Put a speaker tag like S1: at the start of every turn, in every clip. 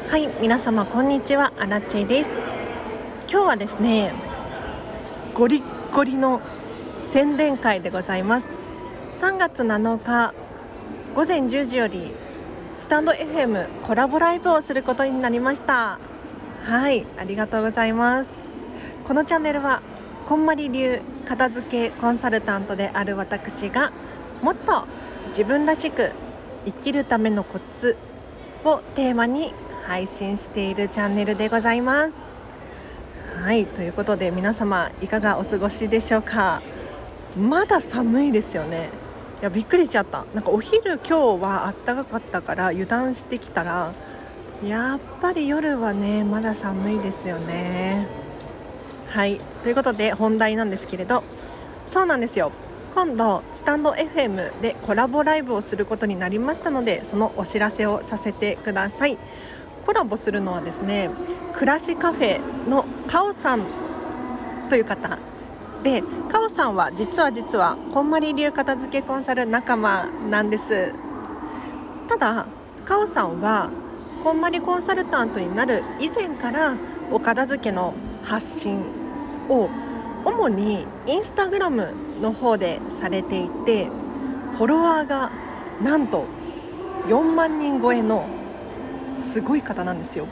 S1: はい、皆様こんにちは、アラチェです。今日はですね、ゴリッゴリの宣伝会でございます。3月7日午前10時よりスタンド FM コラボライブをすることになりました。はい、ありがとうございます。このチャンネルはこんまり流片付けコンサルタントである私がもっと自分らしく生きるためのコツをテーマに配信しているチャンネルでございます。はい、ということで皆様いかがお過ごしでしょうか。まだ寒いですよね。いやびっくりしちゃった。なんかお昼今日はあったかかったから油断してきたら、やっぱり夜はねまだ寒いですよね。はい、ということで本題なんですけれど、そうなんですよ。今度スタンド FM でコラボライブをすることになりましたので、そのお知らせをさせてください。コラボするのはですね、暮らしカフェのカオさんという方で、カオさんは実はこんまり流片付けコンサル仲間なんです。ただカオさんはこんまりコンサルタントになる以前からお片付けの発信を主にインスタグラムの方でされていて、フォロワーがなんと4万人超えのすごい方なんですよ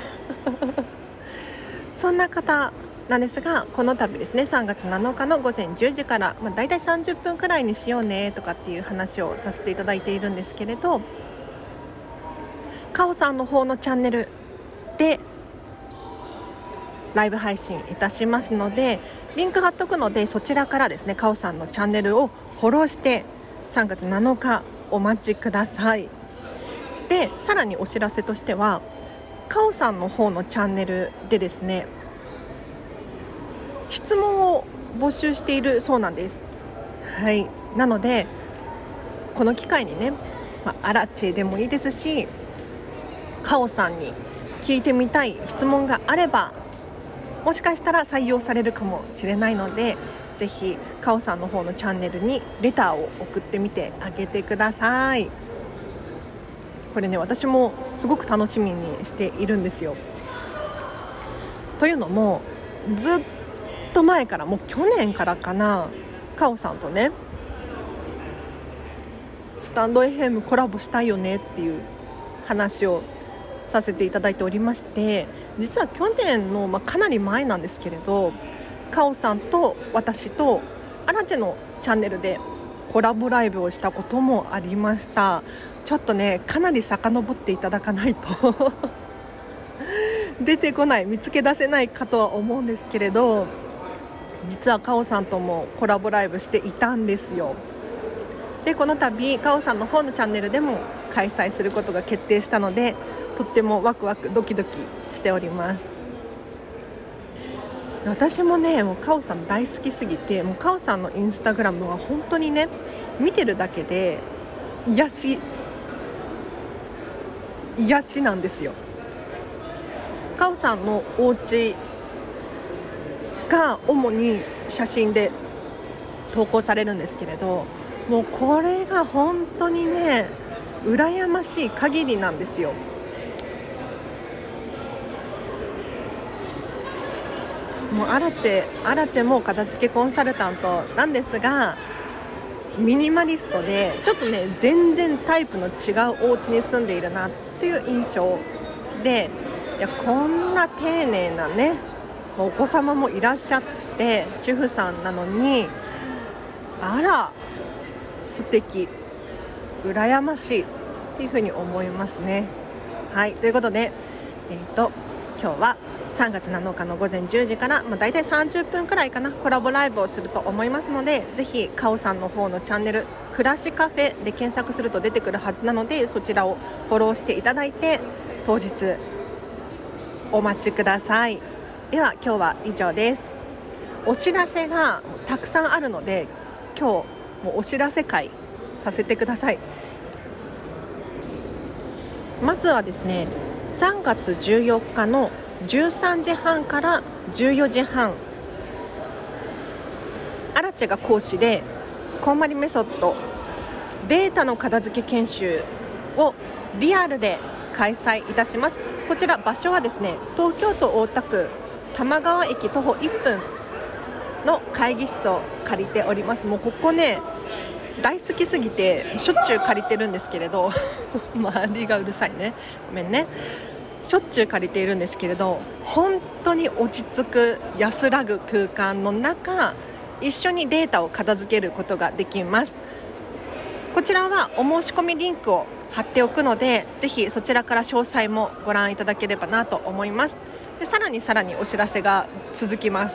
S1: そんな方なんですが、この度ですね、3月7日の午前10時から、だいたい30分くらいにしようねとかっていう話をさせていただいているんですけれど、カオさんの方のチャンネルでライブ配信いたしますので、リンク貼っとくので、そちらからですね、カオさんのチャンネルをフォローして3月7日お待ちください。で、さらにお知らせとしては、カオさんの方のチャンネルでですね、質問を募集しているそうなんです。はい、なのでこの機会にね、アラチェでもいいですし、カオさんに聞いてみたい質問があれば、もしかしたら採用されるかもしれないので、ぜひカオさんの方のチャンネルにレターを送ってみてあげてください。これね、私もすごく楽しみにしているんですよ。というのも、ずっと前から、もう去年からかな、カオさんとねスタンド FM コラボしたいよねっていう話をさせていただいておりまして、実は去年の、かなり前なんですけれど、カオさんと私とアラチェのチャンネルでコラボライブをしたこともありました。ちょっとね、かなり遡っていただかないと出てこない、見つけ出せないかとは思うんですけれど、実はカオさんともコラボライブしていたんですよ。で、この度カオさんの方のチャンネルでも開催することが決定したので、とってもワクワクドキドキしております。私もね、もうカオさん大好きすぎて、もうカオさんのインスタグラムは本当にね、見てるだけで癒しなんですよ。カオさんのお家が主に写真で投稿されるんですけれど、もうこれが本当にね羨ましい限りなんですよ。もうアラチェも片付けコンサルタントなんですが、ミニマリストでちょっとね全然タイプの違うお家に住んでいるなっていう印象で、いやこんな丁寧なね、お子様もいらっしゃって主婦さんなのに、あら素敵、羨ましいっていうふうに思いますね。はい、ということで、今日は3月7日の午前10時から、だいたい30分くらいかな、コラボライブをすると思いますので、ぜひカオさんの方のチャンネル暮らしカフェで検索すると出てくるはずなので、そちらをフォローしていただいて当日お待ちください。では今日は以上です。お知らせがたくさんあるので、今日もうお知らせ会させてください。まずはですね、3月14日の13時半から14時半、アラチェが講師でこんまりメソッドデータの片付け研修をリアルで開催いたします。こちら場所はですね、東京都大田区多摩川駅徒歩1分の会議室を借りております。もうここね大好きすぎてしょっちゅう借りてるんですけれど周りがうるさいね、ごめんね。しょっちゅう借りているんですけれど、本当に落ち着く安らぐ空間の中、一緒にデータを片付けることができます。こちらはお申し込みリンクを貼っておくので、ぜひそちらから詳細もご覧いただければなと思います。でさらにお知らせが続きます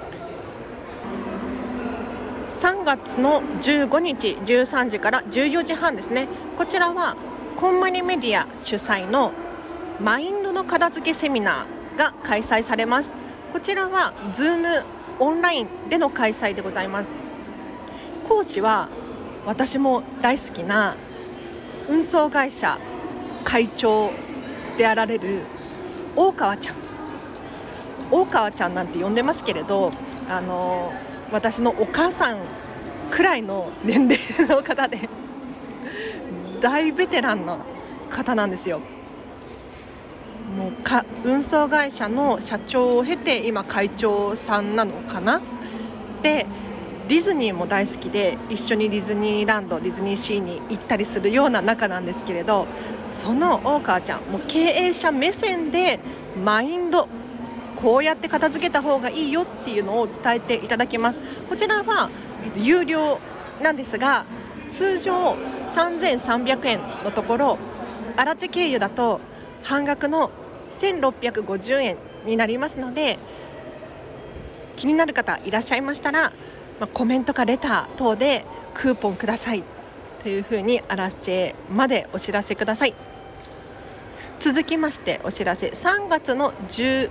S1: 。3月の15日13時から14時半ですね。こちらはこんまりメディア主催のマインドの片付けセミナーが開催されます。こちらは Zoom オンラインでの開催でございます。講師は私も大好きな運送会社会長であられる大川ちゃんなんて呼んでますけれど、私のお母さんくらいの年齢の方で大ベテランの方なんですよ。もう運送会社の社長を経て今会長さんなのかな。でディズニーも大好きで、一緒にディズニーランド、ディズニーシーに行ったりするような仲なんですけれど、その大川ちゃんも経営者目線でマインド、こうやって片付けた方がいいよっていうのを伝えていただきます。こちらは、有料なんですが、通常3300円のところ、アラチェ経由だと半額の1650円になりますので、気になる方いらっしゃいましたら、コメントかレター等でクーポンくださいというふうにアラチェまでお知らせください。続きましてお知らせ、3月の失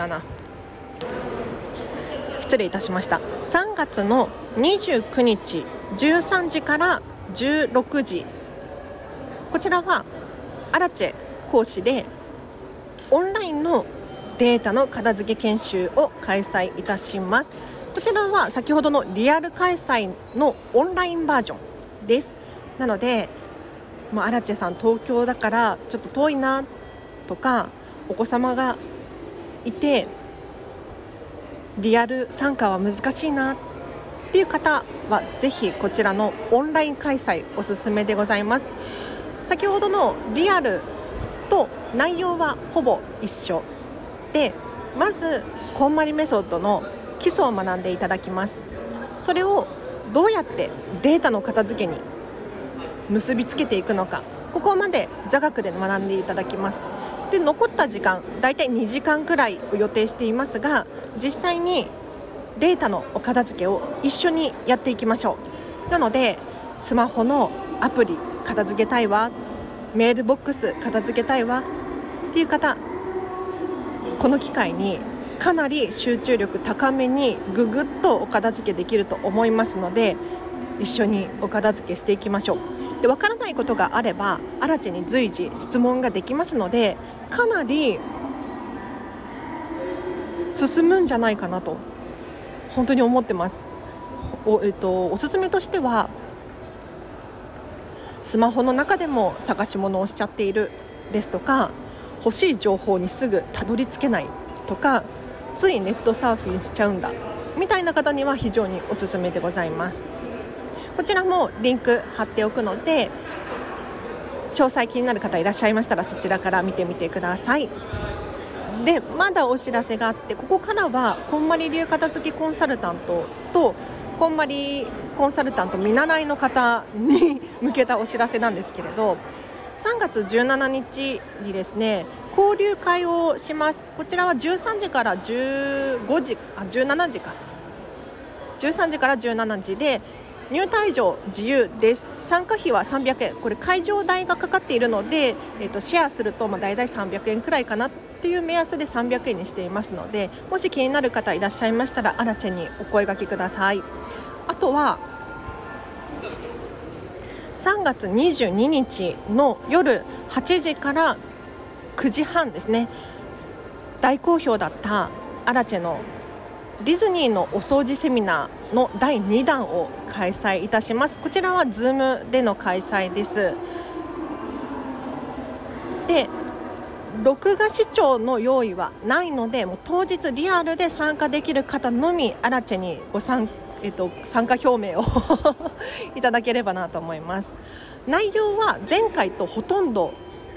S1: 礼いたしました。3月の29日13時から16時、こちらはアラチェ講師でオンラインのデータの片付け研修を開催いたします。こちらは先ほどのリアル開催のオンラインバージョンです。なのでアラチェさん東京だからちょっと遠いなとか、お子様がいてリアル参加は難しいなっていう方はぜひこちらのオンライン開催おすすめでございます。先ほどのリアルと内容はほぼ一緒で、まずこんまりメソッドの基礎を学んでいただきます。それをどうやってデータの片付けに結びつけていくのか、ここまで座学で学んでいただきます。で残った時間だいたい2時間くらいを予定していますが、実際にデータのお片付けを一緒にやっていきましょう。なのでスマホのアプリ片付けたいわ、メールボックス片付けたいわっていう方、この機会にかなり集中力高めにぐぐっとお片付けできると思いますので、一緒にお片付けしていきましょう。で分からないことがあればアラチェに随時質問ができますので、かなり進むんじゃないかなと本当に思ってます。おすすめとしては、スマホの中でも探し物をしちゃっているですとか、欲しい情報にすぐたどり着けないとか、ついネットサーフィンしちゃうんだみたいな方には非常におすすめでございます。こちらもリンク貼っておくので、詳細気になる方いらっしゃいましたらそちらから見てみてください。でまだお知らせがあって、ここからはこんまり流片付きコンサルタントとこんまりコンサルタント見習いの方に向けたお知らせなんですけれど、3月17日にですね交流会をします。こちらは13時から17時か13時から17時で入退場自由です。参加費は300円、これ会場代がかかっているので、シェアするとだいたい300円くらいかなっていう目安で300円にしていますので、もし気になる方いらっしゃいましたらアラチェにお声掛けください。あとは3月22日の夜8時から9時半ですね、大好評だったアラチェのディズニーのお掃除セミナーの第2弾を開催いたします。こちらは Zoom での開催です。で録画視聴の用意はないので、もう当日リアルで参加できる方のみアラチェに参加表明をいただければなと思います。内容は前回とほとんど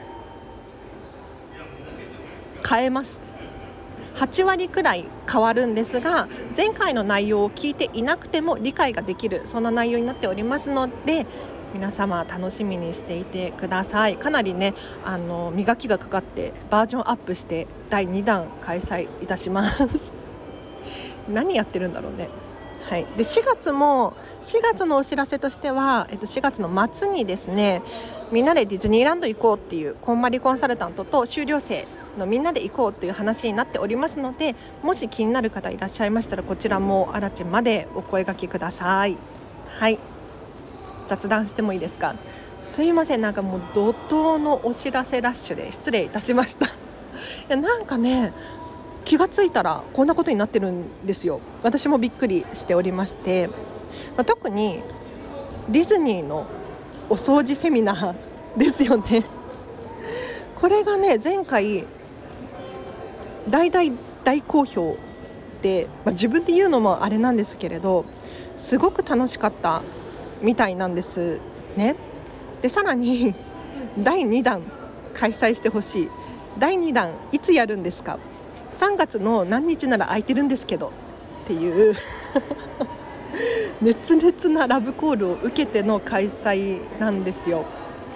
S1: 変えます。8割くらい変わるんですが、前回の内容を聞いていなくても理解ができる、そんな内容になっておりますので、皆様楽しみにしていてください。かなりね磨きがかかってバージョンアップして第2弾開催いたします何やってるんだろうね。はい、で4月のお知らせとしては、4月の末にですね、みんなでディズニーランド行こうっていうこんまりコンサルタントと修了生のみんなで行こうという話になっておりますので、もし気になる方いらっしゃいましたらこちらもアラチェまでお声掛けください。はい、雑談してもいいですか。すいません、なんかもう怒涛のお知らせラッシュで失礼いたしましたいやなんかね、気がついたらこんなことになってるんですよ。私もびっくりしておりまして、特にディズニーのお掃除セミナーですよねこれがね前回大好評で、自分で言うのもあれなんですけれど、すごく楽しかったみたいなんですね。でさらに第2弾開催してほしい、第2弾いつやるんですか、3月の何日なら空いてるんですけどっていう熱烈なラブコールを受けての開催なんですよ。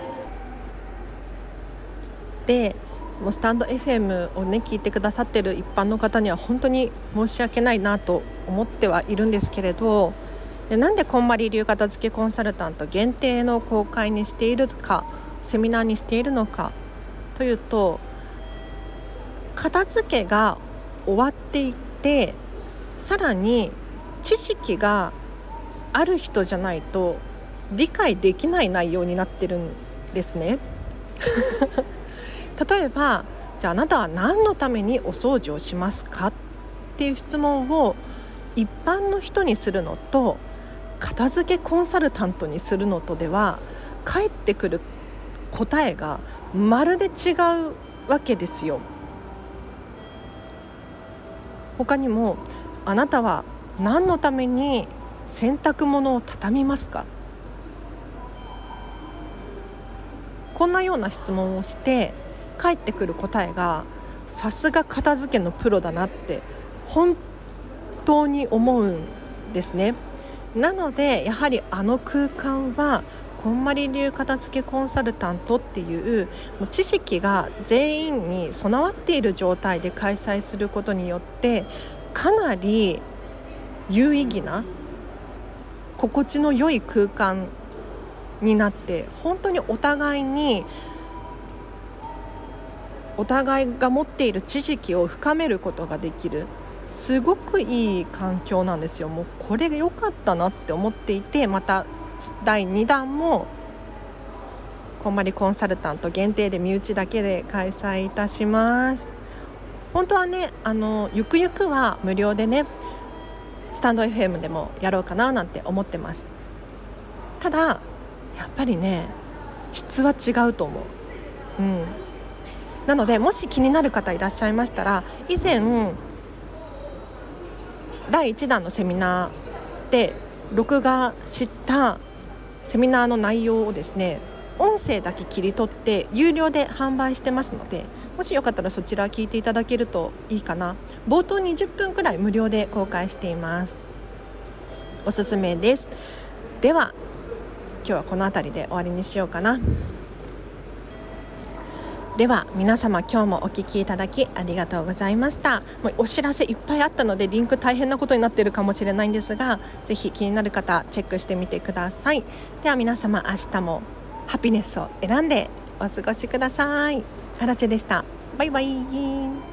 S1: でもうスタンド FM をね聞いてくださってる一般の方には本当に申し訳ないなと思ってはいるんですけれど、なんでこんまり流片付けコンサルタント限定の公開にしているか、セミナーにしているのかというと、片付けが終わっていて、さらに知識がある人じゃないと理解できない内容になってるんですね例えば、じゃああなたは何のためにお掃除をしますかっていう質問を一般の人にするのと片付けコンサルタントにするのとでは返ってくる答えがまるで違うわけですよ。他にも、あなたは何のために洗濯物を畳みますか、こんなような質問をして返ってくる答えが、さすが片付けのプロだなって本当に思うんですね。なのでやはりあの空間はこんまり流片付けコンサルタントっていう知識が全員に備わっている状態で開催することによってかなり有意義な心地の良い空間になって、本当にお互いが持っている知識を深めることができる、すごくいい環境なんですよ。もうこれが良かったなって思っていて、また第2弾もこんまりコンサルタント限定で身内だけで開催いたします。本当はねゆくゆくは無料でねスタンド FM でもやろうかななんて思ってます。ただやっぱりね質は違うと思う。なのでもし気になる方いらっしゃいましたら、以前第1弾のセミナーで録画したセミナーの内容をですね、音声だけ切り取って有料で販売してますので、もしよかったらそちら聞いていただけるといいかな。冒頭20分くらい無料で公開しています。おすすめです。では今日はこの辺りで終わりにしようかな。では皆様、今日もお聞きいただきありがとうございました。もうお知らせいっぱいあったのでリンク大変なことになっているかもしれないんですが、ぜひ気になる方チェックしてみてください。では皆様、明日もハピネスを選んでお過ごしください。アラチェでした。バイバイ。